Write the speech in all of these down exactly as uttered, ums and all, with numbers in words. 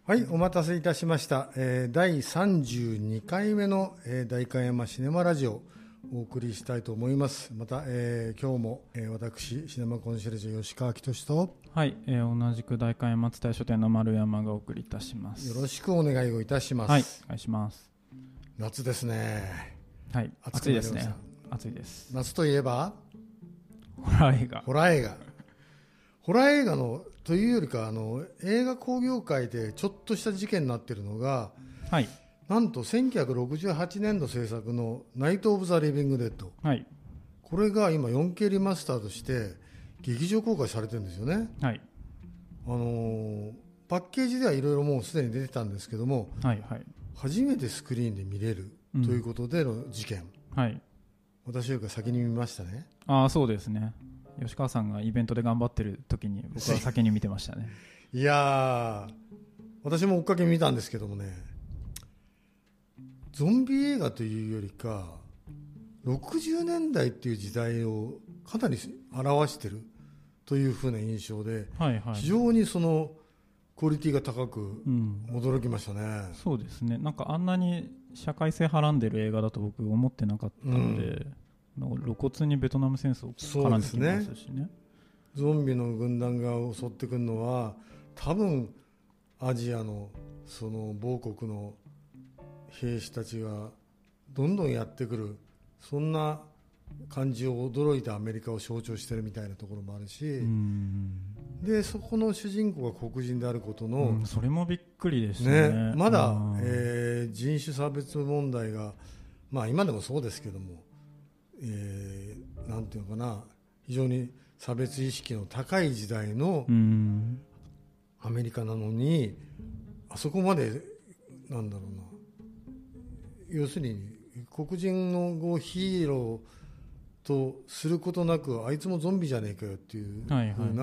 はい、お待たせいたしました、えー、だいさんじゅうにかいめの、えー、代官山シネマラジオをお送りしたいと思います。また、えー、今日も、えー、私シネマコンシェルジュ吉川仁と、 はい、えー、同じく代官山蔦屋書店の丸山がお送りいたします。 よろしくお願いをいたします。 はい、お願いします。 夏ですね。 はい、暑いですね。暑いです。 夏といえばホラー映画。 ホラー映画。ホラー映画のというよりか、あの映画興行界でちょっとした事件になっているのが、 はい、 なんとせんきゅうひゃくろくじゅうはちねんど制作のナイト・オブ・ザ・リビング・デッド、 はい、 これが今 よんケー リマスターとして劇場公開されてるんですよね。 はい、 あのー、パッケージではいろいろもうすでに出てたんですけども、 はいはい、 初めてスクリーンで見れるということでの事件、 うん、はい、 私よりか先に見ましたね。 ああ、そうですね。吉川さんがイベントで頑張ってる時に僕は先に見てましたね。 いやー、私も追っかけ見たんですけどもね、ゾンビ映画というよりかろくじゅうねんだいっていう時代をかなり表しているというふうな印象で、 はいはい、 非常にそのクオリティが高く驚きましたね、 うん、そうですね。なんかあんなに社会性はらんでる映画だと僕思ってなかったので、うん露骨にベトナム戦争絡んできますし ね, ねゾンビの軍団が襲ってくるのは多分アジアのその某国の兵士たちがどんどんやってくる、そんな感じを驚いたアメリカを象徴しているみたいなところもあるし、うんでそこの主人公が黒人であることの、 うん、それもびっくりでしたね。 ねまだ、えー、人種差別問題が、まあ、今でもそうですけども、えー、なんていうのかな、非常に差別意識の高い時代のアメリカなのに、あそこまでなんだろうな、要するに黒人のヒーローとすることなく、あいつもゾンビじゃねえかよっていうふうな、はいはいうん、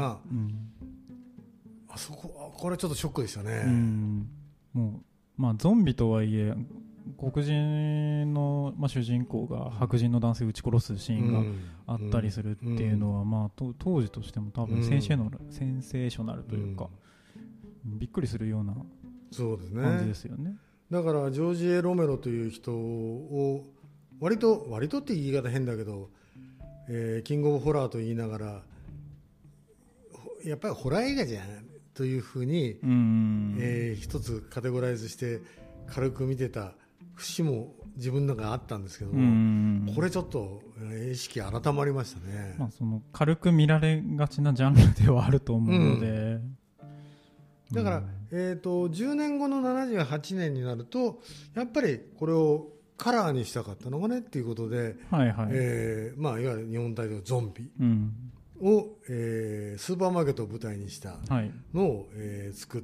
あそここれちょっとショックでしたね。 うんもうまあ、ゾンビとはいえ黒人の、まあ、主人公が白人の男性を撃ち殺すシーンがあったりするっていうのは、まあ、と当時としても多分センセーショナル、センセーショナルというか、びっくりするような感じですよね。 だからジョージ・エロメロという人を割と割とって言い方変だけど、えー、キングオブホラーと言いながらやっぱりホラー映画じゃんというふうに、うんえー、一つカテゴライズして軽く見てた節も自分の中にあったんですけども、うんこれちょっと意識改まりましたね。 まあ、その軽く見られがちなジャンルではあると思うので、うん、 だから、えーと、じゅうねんごのななじゅうはちねんになるとやっぱりこれをカラーにしたかったのがねっていうことで、はいはいえーまあ、いわゆる日本タイトルゾンビを、えー、スーパーマーケットを舞台にしたのを、はいえー、作って、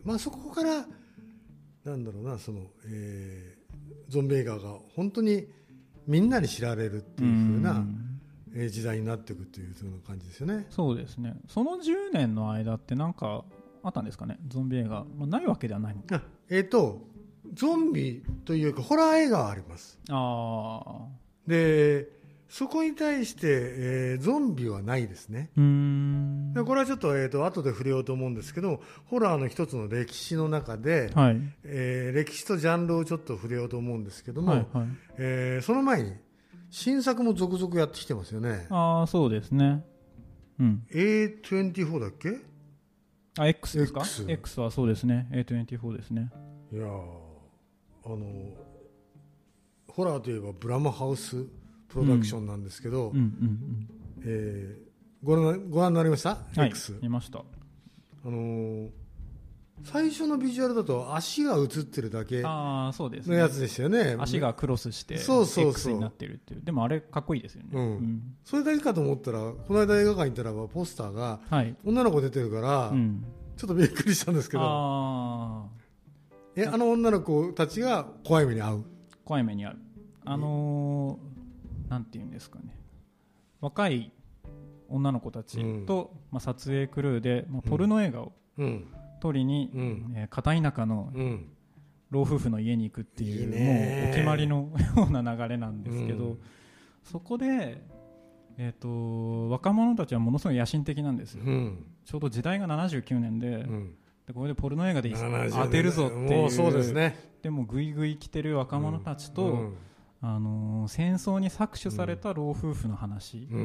まあ、そこからなんだろうなその、えー、ゾンビ映画が本当にみんなに知られるっていう風な、えー、時代になっていくというような感じですよね。 そうですね。そのじゅうねんの間って何かあったんですかね、ゾンビ映画、まあ、ないわけではないのか。 えーとゾンビというかホラー映画はあります。あでそこに対して、えー、ゾンビはないですね。うーんでこれはちょっと、えーと後で触れようと思うんですけど、ホラーの一つの歴史の中で、はいえー、歴史とジャンルをちょっと触れようと思うんですけども、はいはいえー、その前に新作も続々やってきてますよね。 ああそうですね、 うん、エーにじゅうよん だっけ。 あ X ですか。 X, X はそうですね、 エーにじゅうよん ですね。 いやあのホラーといえばブラムハウスプロダクションなんですけど、うんうんうんうんえー、ご覧、ご覧になりました、 はい、 X。 見ました。 あのー、最初のビジュアルだと足が映ってるだけのやつでしたよね。 足がクロスして X になってるっていう。でもあれかっこいいですよね、うんうん、 それだけかと思ったらこの間映画館に行ったらばポスターが女の子出てるから、はいうん、ちょっとびっくりしたんですけど、あえあの女の子たちが怖い目に遭う。 怖い目に遭う。あのー、なんていうんですかね、若い女の子たちと、うんまあ、撮影クルーで、まあ、ポルノ映画を撮りに、うんえー、片田舎の老夫婦の家に行くっていう、うん、もうお決まりのような流れなんですけど、うん、そこで、えーと、若者たちはものすごい野心的なんですよ、うん、ちょうど時代がななじゅうきゅうねんで、うんでこれでポルノ映画で当てるぞっていう、 もうそうですね。 でもグイグイ来てる若者たちと、うんうんあのー、戦争に搾取された老夫婦の話、うん、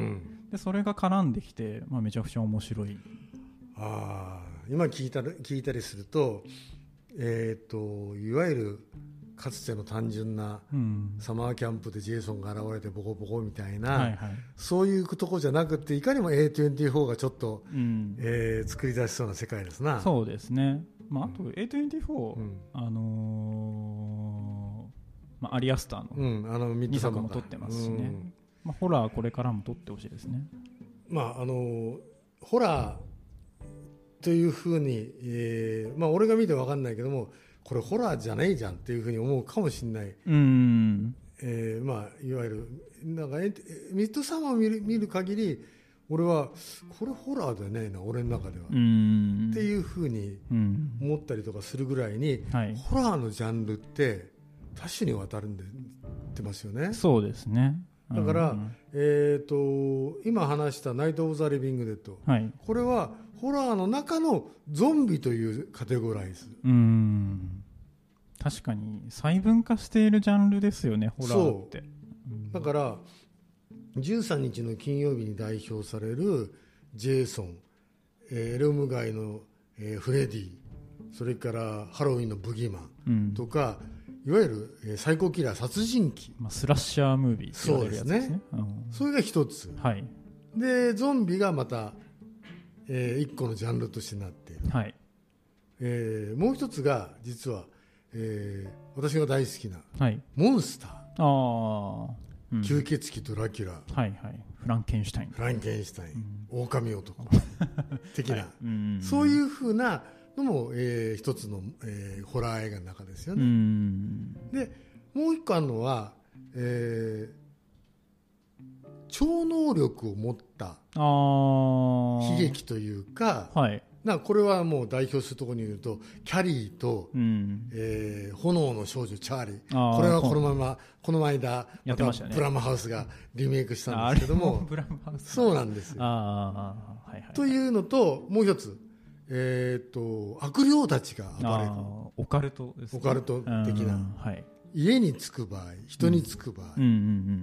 でそれが絡んできて、まあ、めちゃくちゃ面白い。 あ今聞いた聞いたりすると、えー、といわゆるかつての単純なサマーキャンプでジェイソンが現れてボコボコみたいな、はいはい、そういうとこじゃなくていかにも エーにじゅうよん がちょっと、うんえー、作り出しそうな世界ですな。 そうですね、まあ、あと エーにじゅうよん、うんあのーまあ、アリアスターのにさくも撮ってますしね、うんまあ、ホラーこれからも撮ってほしいですね。 まああのー、ホラーというふうに、えーまあ、俺が見て分かんないけどもこれホラーじゃないじゃんっていうふうに思うかもしれない、うんえーまあ、いわゆるなんかミッドサマーを見る、見る限り俺はこれホラーじゃないな俺の中ではうんっていうふうに思ったりとかするぐらいに、はい、ホラーのジャンルって多種にわたるんでってますよね。 そうですね。 だから、うんえー、と今話したナイト・オブ・ザ・リビング・デッド、はい、これはホラーの中のゾンビというカテゴライズ。 うん確かに細分化しているジャンルですよねホラーって。 そうだからじゅうさんにちの金曜日に代表されるジェイソン、えー、エルム街の、えー、フレディ、それからハロウィンのブギーマンとか、うん、いわゆる、えー、最高キラー殺人鬼、 まあ、スラッシャームービーって言われるやつですね。 そうですね、うん、それが一つ、 はい、 でゾンビがまた、えー、一個のジャンルとしてなっている、はいえー、もう一つが実は、えー、私が大好きな、はい、モンスター、あ、うん、吸血鬼ドラキュラ、 はいはい、フランケンシュタインフランケンシュタイン、うん、狼男的な、はい、うんそういうふうなのも、えー、一つの、えー、ホラー映画の中ですよね。うんでもう一個あるのは、えー、超能力を持った悲劇というか、はい、なんかこれはもう代表するところに言うとキャリーと、うんえー、炎の少女チャーリー、これはこのままこの間またブラムハウスがリメイクしたんですけども、ブラムハウスそうなんですよ。あ、はいはい、というのともう一つ、えー、と悪霊たちが暴れるオカルトですね。 オカルト的な、はい、家に着く場合人に着く場合、うん、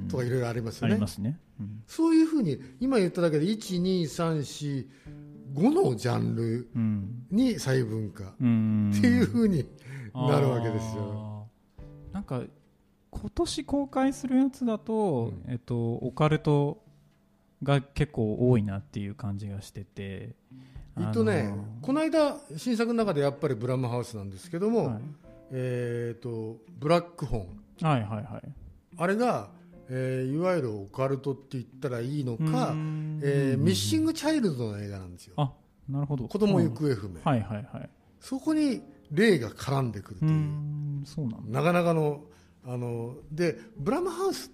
とかいろいろありますよね。 ありますね、うん、 そういうふうに今言っただけでいち、に、さん、よん、ごのジャンルに細分化っていうふうになるわけですよ。 なんか今年公開するやつだと、うんえっと、オカルトが結構多いなっていう感じがしてて、 えっとね、あのー、この間新作の中でやっぱりブラムハウスなんですけども、はいえー、とブラックホーン、はいはいはい、あれが、えー、いわゆるオカルトって言ったらいいのか、えー、ミッシングチャイルドの映画なんですよ。 あ、なるほど。 子供行方不明、 はいはいはい、 そこに霊が絡んでくるという、うんそうなんだ。なかなかの、あのでブラムハウスって、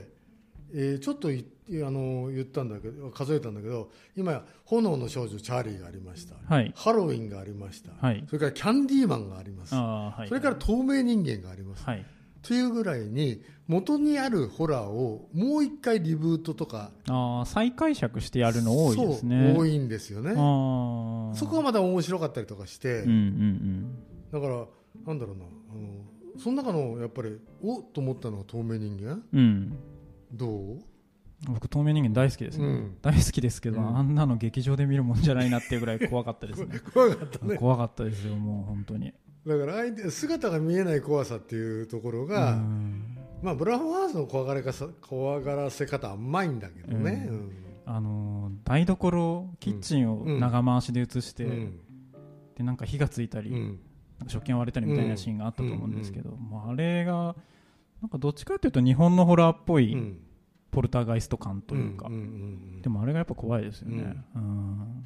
えー、ちょっといあの言ったんだけど数えたんだけど今や炎の少女チャーリーがありました、はい、ハロウィンがありました、はい、それからキャンディーマンがあります、はい、それから透明人間があります、はい、というぐらいに元にあるホラーをもう一回リブートとかあ再解釈してやるの多いですね。 そう多いんですよね。あそこがまた面白かったりとかして、うんうんうん、だからなんだろうな、あのその中のやっぱりおっと思ったのは透明人間、うん、どう？ 僕透明人間大好きですね、うん、大好きですけど、うん、あんなの劇場で見るもんじゃないなっていうぐらい怖かったですね怖かったね。 怖かったですよもう本当に。 だから相手姿が見えない怖さっていうところが、まあ、ブラムハウスの怖がらか怖がらせ方は甘いんだけどね、うんうん、 あの台所キッチンを長回しで映して、うん、でなんか火がついたり、うん、なんか食器が割れたりみたいなシーンがあったと思うんですけど、うんうんうん、あれがなんかどっちかというと日本のホラーっぽい、うんポルターガイスト感というか、うんうんうんうん、でもあれがやっぱ怖いですよね、うんうん、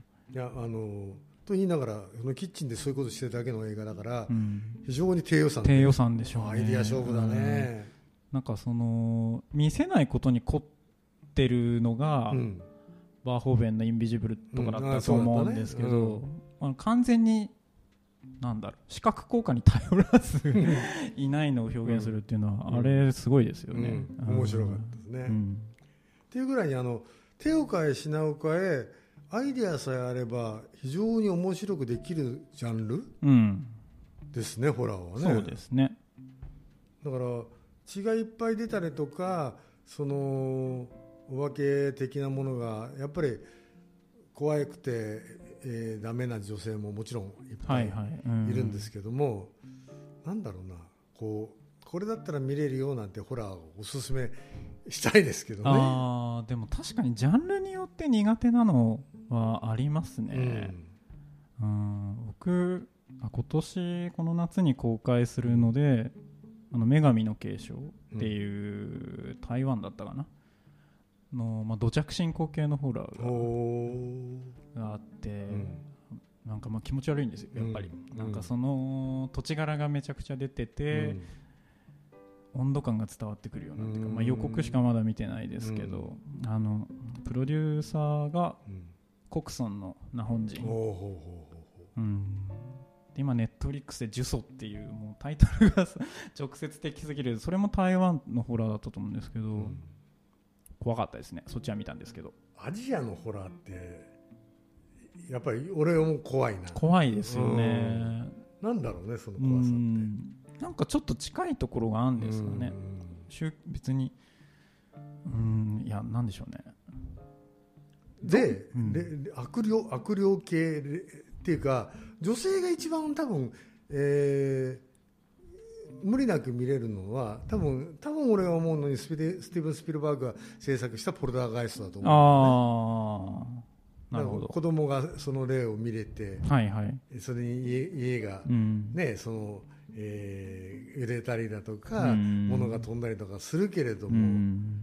いやあのと言いながらそのキッチンでそういうことしてるだけの映画だから、うん、非常に低予算低予算でしょうね。 アイディア勝負だね、 うん、なんかその見せないことに凝ってるのが、うん、バーホーベンのインビジブルとかだったと思うんですけど、うんねうん、あの完全になんだろう視覚効果に頼らずいないのを表現するっていうのは、うん、あれすごいですよね、 うん、面白かったですね、うん、っていうぐらいにあの手を変え品を変えアイデアさえあれば非常に面白くできるジャンル、うん、ですね、ホラーはね。 そうですね。 だから血がいっぱい出たりとか、そのお化け的なものがやっぱり怖くて、えー、ダメな女性ももちろんいっぱいいるんですけども、はいはい、うん、なんだろうな、こうこれだったら見れるよなんてホラーをおすすめしたいですけどね。 あでも確かにジャンルによって苦手なのはありますね、うん、うん、僕あ今年この夏に公開するので、あの女神の継承っていう台湾だったかなの、まあ、土着信仰系のホラーがあって、うん、なんかまあ気持ち悪いんですよやっぱり、うん、なんかその土地柄がめちゃくちゃ出てて、うん、温度感が伝わってくるような、うん、まあ、予告しかまだ見てないですけど、うん、あのプロデューサーがコクソンのナホン人、うん、今ネットフリックスでジュソっていうもうタイトルが直接的すぎる、それも台湾のホラーだったと思うんですけど、うん、怖かったですね。そっちは見たんですけど。 アジアのホラーってやっぱり俺も怖いな。 怖いですよね。 なんだろうね、その怖さって。んなんかちょっと近いところがあるんですかね。別にうんいやなんでしょうね。 で、うん、悪霊悪霊系っていうか女性が一番多分、えー、無理なく見れるのは多分多分俺が思うのにスティーブン・スピルバーグが制作したポルダーガイストだと思う、ね、あなるほど。子供がその例を見れて、はいはい、それに家, 家が、うんね、そのえー、揺れたりだとか、うん、物が飛んだりとかするけれども、うん、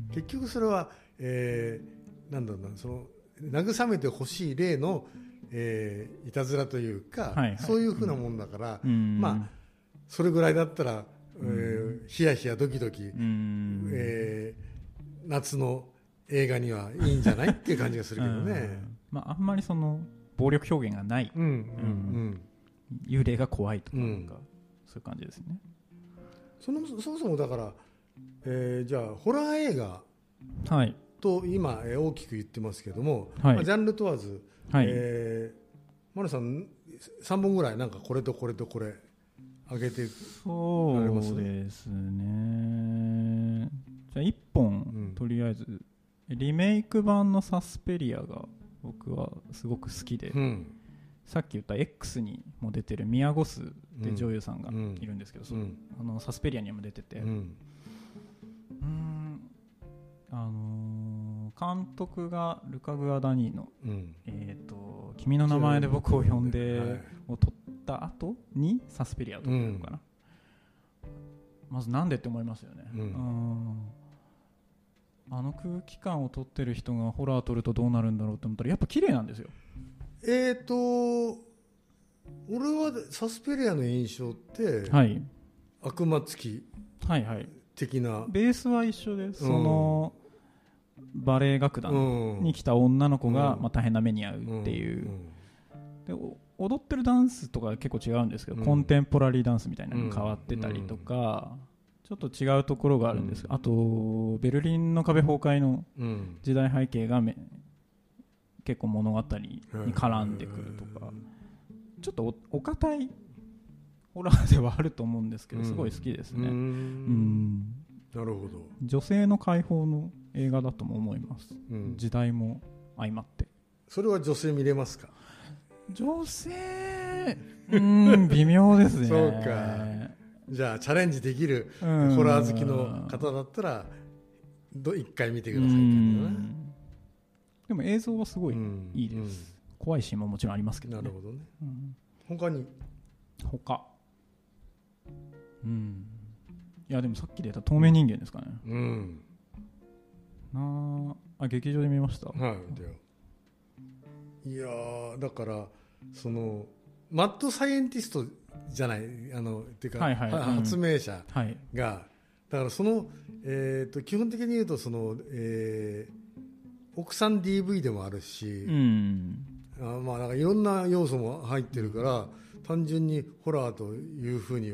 結局それは、えー、なんだろうな、その慰めてほしい例の、えー、いたずらというか、はいはい、そういうふうなもんだから、うん、まあそれぐらいだったら、えー、ヒヤヒヤドキドキ、うんえー、夏の映画にはいいんじゃないっていう感じがするけどね、 うんまあ、あんまりその暴力表現がない、うんうんうん、幽霊が怖いとか、なんか、うん、そういう感じですね。 そのそもそもだから、えー、じゃあホラー映画、 はいと今大きく言ってますけども、はいまあ、ジャンル問わず、はいえー、丸さんさんぼんぐらいなんかこれとこれとこれ上げてられます？そうですね。じゃあいっぽん、うん、とりあえずリメイク版のサスペリアが僕はすごく好きで、うん、さっき言った X にも出てるミアゴスって女優さんがいるんですけど、うん、あのサスペリアにも出てて、うん、うんあのー、監督がルカ・グアダニーノ、うんえー、と君の名前で僕を呼んで、はい、を撮った後にサスペリアを撮ったのかな、うん、まずなんでって思いますよね、うん、あの空気感を撮ってる人がホラー撮るとどうなるんだろうと思ったらやっぱ綺麗なんですよ。 えーと俺はサスペリアの印象って、 はい、 悪魔つき的な、はいはい、 ベースは一緒です、うん、そのバレエ楽団に来た女の子が、うんまあ、大変な目に遭うっていう、うんうん、で踊ってるダンスとか結構違うんですけど、うん、コンテンポラリーダンスみたいなのが変わってたりとか、うん、ちょっと違うところがあるんです、うん、あとベルリンの壁崩壊の時代背景がめ結構物語に絡んでくるとか、ちょっと お, お堅いホラーではあると思うんですけど、すごい好きですね、うんうんなるほど。 女性の解放の映画だとも思います、うん、時代も相まって。 それは女性見れますか？ 女性うん微妙ですねそうか。じゃあチャレンジできるホラー好きの方だったら一回見てくださいっていうね。 でも映像はすごいいいです、うんうん、怖いシーンももちろんありますけどね。 なるほどね、うん、他に他うんいやでもさっき出た透明人間ですかね、うん、なあ劇場で見ました。 はい、いやだからそのマッドサイエンティストじゃないあのっていうか、はいはい、発明者が、うんはい、だからその、えー、と基本的に言うとその、えー、奥さん ディーブイ でもあるし、うん、あまあなんかいろんな要素も入ってるから単純にホラーというふうには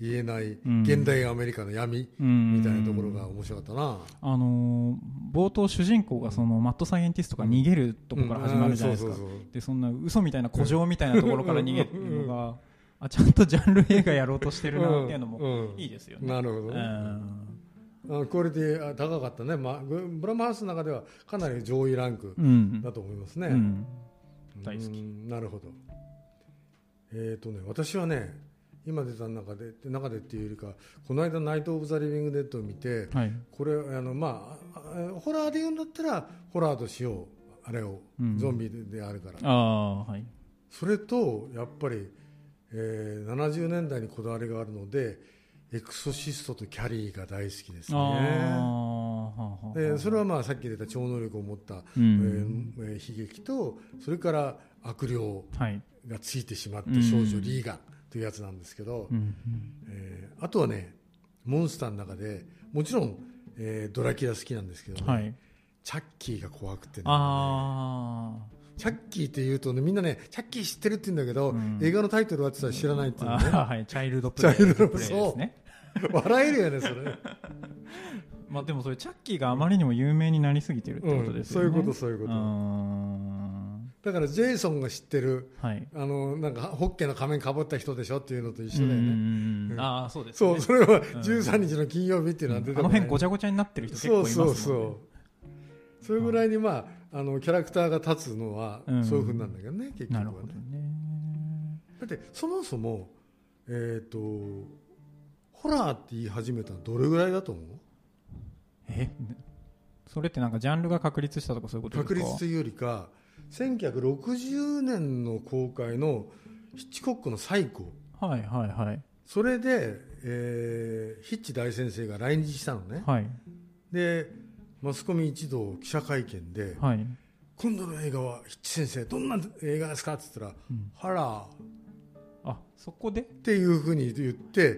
言えない現代アメリカの闇みたいなところが面白かったな、 うんあのー、冒頭主人公がそのマッドサイエンティストが逃げるところから始まるじゃないですか。でそんな嘘みたいな古城みたいなところから逃げるのがあちゃんとジャンル映画やろうとしてるなっていうのもいいですよね、 うんうん、なるほど、うん、クオリティ高かったね、まあ、ブラムハウスの中ではかなり上位ランクだと思いますね、うんうん大好き。 なるほど。えーとね、私はね今出た中で中でっていうよりかこの間ナイト・オブ・ザ・リビング・デッドを見て、はい、これあの、まあ、ホラーで言うんだったらホラーとしようあれを、うん、ゾンビであるから、 あ、はい、それとやっぱり、えー、ななじゅうねんだいにこだわりがあるのでエクソシストとキャリーが大好きですね。あでそれはまあさっき出た超能力を持った、うんえー、悲劇とそれから悪霊がついてしまった少女リーガンというやつなんですけど、うんえー、あとはねモンスターの中でもちろん、えー、ドラキュラ好きなんですけど、ねはい、チャッキーが怖くてね。あチャッキーって言うと、ね、みんなねチャッキー知ってるって言うんだけど、うん、映画のタイトルはって言ったら知らないっていうね、 はい、チャイルドプレイですね。 笑えるよねそれまあでもそれチャッキーがあまりにも有名になりすぎてるってことですよね、 うん、そういうことそういうことだからジェイソンが知ってる、はい、あのなんかホッケーの仮面かぶった人でしょっていうのと一緒だよね。うんああそうですね。 そうそれはじゅうさんにちの金曜日っていうのは出てこない、 うん、あの辺ごちゃごちゃになってる人結構いますもんね。 そうそうそうそれぐらいにまああのキャラクターが立つのはそういう風なんだけどね、うん、結局はね。なるほどね。だってそもそもえっとホラーって言い始めたのどれぐらいだと思う？ えそれってなんかジャンルが確立したとかそういうことですか？ 確立というよりかせんきゅうひゃくろくじゅうねんの公開のヒッチコックのサイコ、 はいはいはい、 それで、えー、ヒッチ大先生が来日したのね、はい、でマスコミ一同記者会見で、はい、今度の映画はヒッチ先生どんな映画ですかって言ったら、うん、ハラーあそこでっていうふうに言って、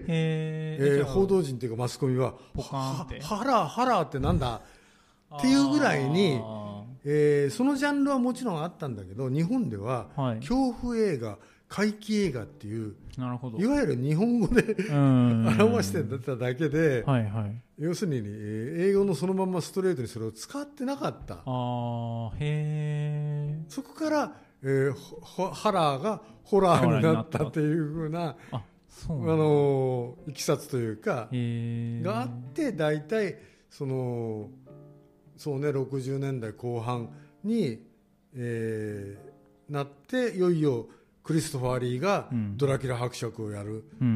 えー、報道陣というかマスコミはポカーンってハラーハラーってなんだっていうぐらいに、えー、そのジャンルはもちろんあったんだけど日本では、はい、恐怖映画怪奇映画っていうなるほどいわゆる日本語で表してただけで、はいはい、要するに、えー、英語のそのままストレートにそれを使ってなかった。あへそこからえー、ハラーがホラーになったっていうふうなあのいきさつというかがあって大体そのそうねろくじゅうねんだいこう半に、えー、なっていよいよクリストファー・リーがドラキュラ伯爵をやる、うん、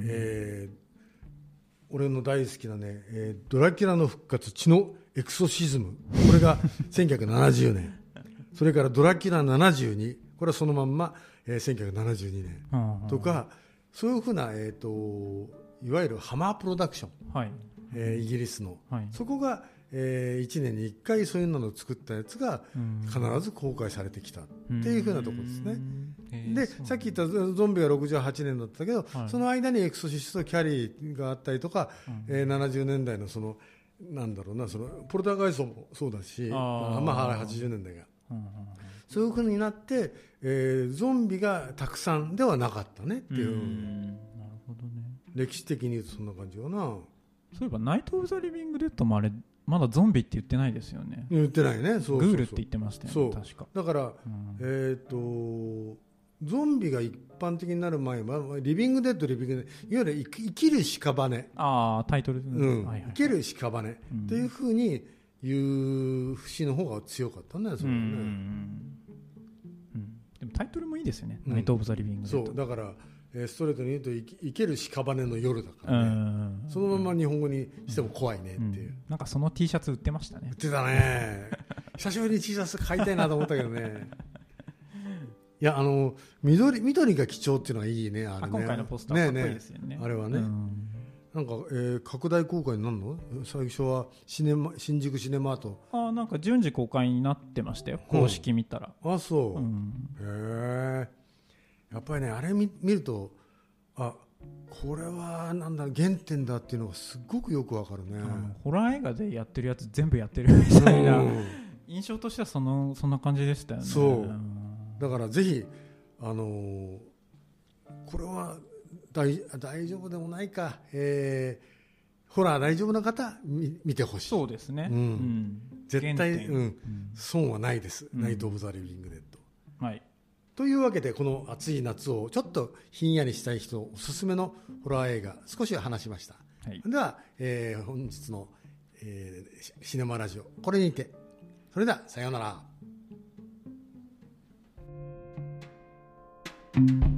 えー、俺の大好きなね、えー、ドラキュラの復活血のエクソシズムこれがせんきゅうひゃくななじゅうねんそれからドラキュラななじゅうにこれはそのまんま、えー、せんきゅうひゃくななじゅうにねんとかそういうふうな、えー、といわゆるハマープロダクション、はいえー、イギリスの、はい、そこが、えー、いちねんにいっかいそういうのを作ったやつが必ず公開されてきたっていうふうなところですね。でさっき言ったゾンビがろくじゅうはちねんだったけど、はい、その間にエクソシストキャリーがあったりとか、うんえー、ななじゅうねんだいのそのなんだろうなそのポルターガイストもそうだしあ、まあ、はちじゅうねんだいがそういう風になって、えー、ゾンビがたくさんではなかったねっていう、うん、なるほどね。歴史的に言うとそんな感じかな。 そういえばナイト・オブ・ザ・リビング・デッドもあれまだゾンビって言ってないですよね。 言ってないね。そうそうそうグールって言ってましたよね。そう確かだから、うん、えっ、ー、とゾンビが一般的になる前はリビング・デッドリビング・デッドいわゆる生きる屍あタイトル、 うんはいはい、生ける屍っていう風にいう節の方が強かったねそれはね。うんうんうん、でもタイトルもいいですよね、うん、ナイト・オブ・ザ・リビング・デッド。 そうだからストレートに言うと生ける屍の夜だからね。そのまま日本語にしても怖いねっていう、うんうん、 なんかその T シャツ売ってましたね。 売ってたね久しぶりに T シャツ買いたいなと思ったけどねいやあの 緑, 緑が貴重っていうのはいいね。あれね今回のポスターかっこいいですよね。 ねえねえあれはね、うん、なんか、えー、拡大公開になるの？最初はシネマ新宿シネマートあなんか順次公開になってましたよ、公式見たら、 うん、あそう、うん、へえやっぱりねあれ 見, 見るとあこれはなんだ原点だっていうのがすごくよくわかるね。 ホラー映画でやってるやつ全部やってるみたいな、うん、印象としては そ, のそんな感じでしたよね。 そうだからぜひあのー、これは大, 大丈夫でもないか、えー、ホラー大丈夫な方見, 見てほしい。 そうですね、 うんうん、絶対、うんうん、損はないです、 うん、 ナイト・オブ・ザ・リビング・デッド、 はい、 というわけでこの暑い夏をちょっとひんやりしたい人おすすめのホラー映画少し話しました、はい、では、えー、本日の、えー、シネマラジオこれにて、それではさようなら。